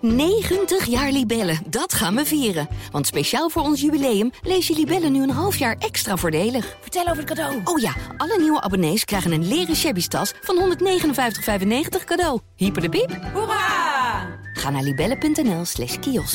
90 jaar Libellen, dat gaan we vieren. Want speciaal voor ons jubileum lees je Libellen nu een half jaar extra voordelig. Vertel over het cadeau. Oh ja, alle nieuwe abonnees krijgen een leren shabby tas van 159,95 cadeau. Hyper de piep. Hoera! Ga naar libellen.nl/kiosk.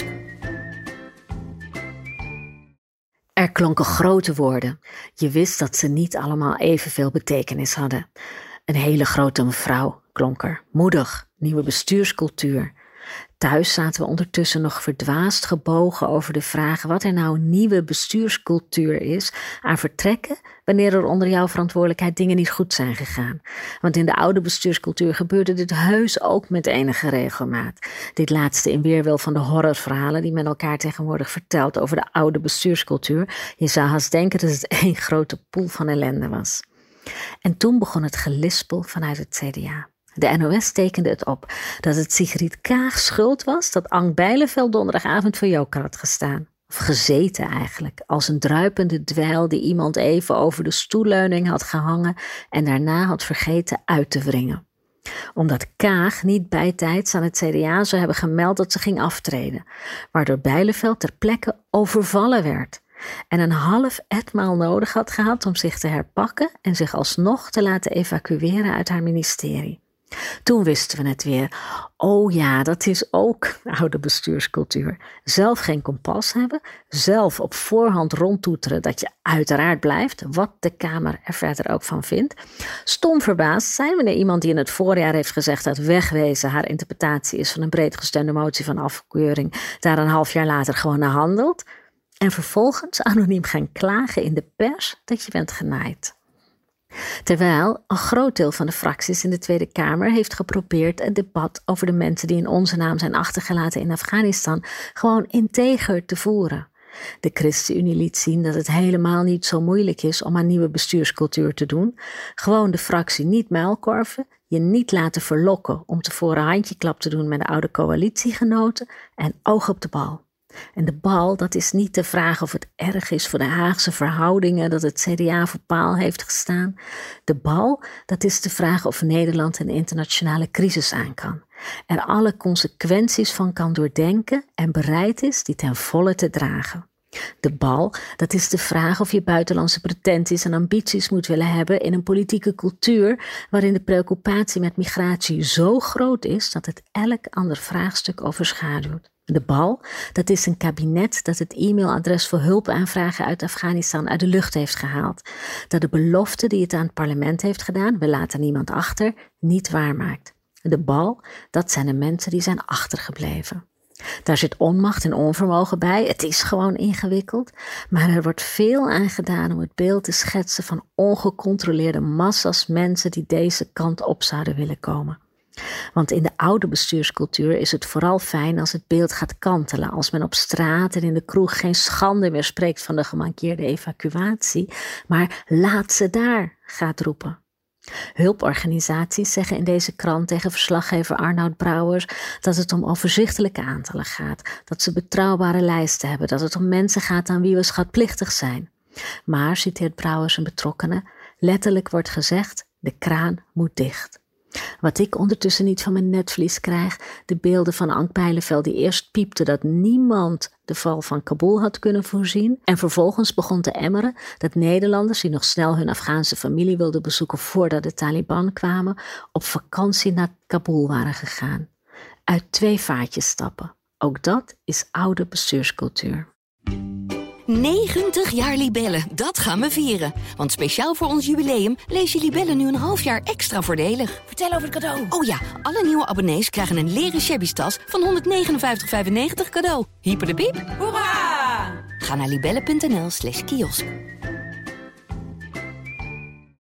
Er klonken grote woorden. Je wist dat ze niet allemaal evenveel betekenis hadden. Een hele grote mevrouw klonk er. Moedig, nieuwe bestuurscultuur. Thuis zaten we ondertussen nog verdwaasd gebogen over de vraag wat er nou een nieuwe bestuurscultuur is aan vertrekken wanneer er onder jouw verantwoordelijkheid dingen niet goed zijn gegaan. Want in de oude bestuurscultuur gebeurde dit heus ook met enige regelmaat. Dit laatste in weerwil van de horrorverhalen die men elkaar tegenwoordig vertelt over de oude bestuurscultuur. Je zou haast denken dat het één grote poel van ellende was. En toen begon het gelispel vanuit het CDA. De NOS tekende het op dat het Sigrid Kaag schuld was dat Ank Bijleveld donderdagavond voor Joker had gestaan. Of gezeten eigenlijk, als een druipende dweil die iemand even over de stoelleuning had gehangen en daarna had vergeten uit te wringen. Omdat Kaag niet bijtijds aan het CDA zou hebben gemeld dat ze ging aftreden, waardoor Bijleveld ter plekke overvallen werd. En een half etmaal nodig had gehad om zich te herpakken en zich alsnog te laten evacueren uit haar ministerie. Toen wisten we het weer. Oh ja, dat is ook oude bestuurscultuur. Zelf geen kompas hebben, zelf op voorhand rondtoeteren dat je uiteraard blijft, wat de Kamer er verder ook van vindt. Stom verbaasd zijn wanneer iemand die in het voorjaar heeft gezegd dat wegwezen haar interpretatie is van een breed gesteunde motie van afkeuring, daar een half jaar later gewoon naar handelt. En vervolgens anoniem gaan klagen in de pers dat je bent genaaid. Terwijl een groot deel van de fracties in de Tweede Kamer heeft geprobeerd het debat over de mensen die in onze naam zijn achtergelaten in Afghanistan gewoon integer te voeren. De ChristenUnie liet zien dat het helemaal niet zo moeilijk is om aan nieuwe bestuurscultuur te doen. Gewoon de fractie niet muilkorven, je niet laten verlokken om tevoren handjeklap te doen met de oude coalitiegenoten en oog op de bal. En de bal, dat is niet de vraag of het erg is voor de Haagse verhoudingen dat het CDA voor paal heeft gestaan. De bal, dat is de vraag of Nederland een internationale crisis aan kan. Er alle consequenties van kan doordenken en bereid is die ten volle te dragen. De bal, dat is de vraag of je buitenlandse pretenties en ambities moet willen hebben in een politieke cultuur waarin de preoccupatie met migratie zo groot is dat het elk ander vraagstuk overschaduwt. De bal, dat is een kabinet dat het e-mailadres voor hulpaanvragen uit Afghanistan uit de lucht heeft gehaald. Dat de belofte die het aan het parlement heeft gedaan, we laten niemand achter, niet waarmaakt. De bal, dat zijn de mensen die zijn achtergebleven. Daar zit onmacht en onvermogen bij, het is gewoon ingewikkeld. Maar er wordt veel aan gedaan om het beeld te schetsen van ongecontroleerde massa's mensen die deze kant op zouden willen komen. Want in de oude bestuurscultuur is het vooral fijn als het beeld gaat kantelen. Als men op straat en in de kroeg geen schande meer spreekt van de gemankeerde evacuatie, maar laat ze daar gaat roepen. Hulporganisaties zeggen in deze krant tegen verslaggever Arnoud Brouwers dat het om overzichtelijke aantallen gaat, dat ze betrouwbare lijsten hebben, dat het om mensen gaat aan wie we schatplichtig zijn. Maar, citeert Brouwers een betrokkenen, letterlijk wordt gezegd, de kraan moet dicht. Wat ik ondertussen niet van mijn netvlies krijg, de beelden van Ank Bijleveld die eerst piepte dat niemand de val van Kabul had kunnen voorzien en vervolgens begon te emmeren dat Nederlanders die nog snel hun Afghaanse familie wilden bezoeken voordat de Taliban kwamen, op vakantie naar Kabul waren gegaan. Uit 2 vaatjes stappen. Ook dat is oude bestuurscultuur. 90 jaar Libellen, dat gaan we vieren. Want speciaal voor ons jubileum lees je Libellen nu een half jaar extra voordelig. Vertel over het cadeau. Oh ja, alle nieuwe abonnees krijgen een leren shabby tas van 159,95 cadeau. Hyper de piep. Hoera! Ga naar libellen.nl/kiosk.